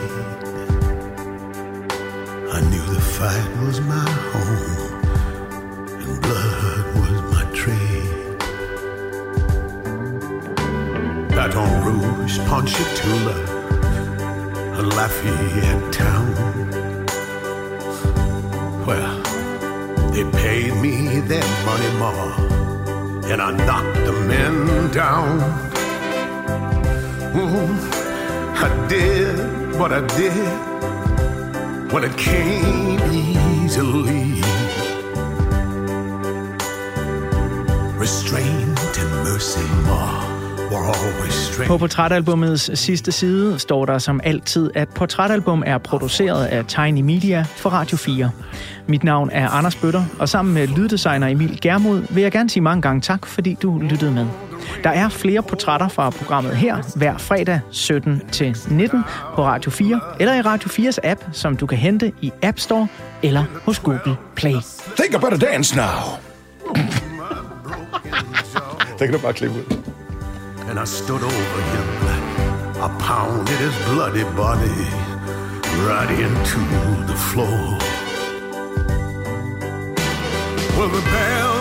I knew the fight was my home and blood was my trade. Baton Rouge, Ponchatoula, Lafayette Town. Well, they paid me their money, Ma, and I knocked the men down. I did what I did when it came easily. Restraint and mercy, Ma, På portrætalbummets sidste side står der som altid, at Portrætalbum er produceret af Tiny Media for Radio 4. Mit navn er Anders Bøtter, og sammen med lyddesigner Emil Germod vil jeg gerne sige mange gange tak, fordi du lyttede med. Der er flere portrætter fra programmet her hver fredag 17-19 på Radio 4 eller i Radio 4's app, som du kan hente i App Store eller hos Google Play. Think about a dance now. Det kan du bare klippe ud. And I stood over him. I pounded his bloody body right into the floor. Well, the bell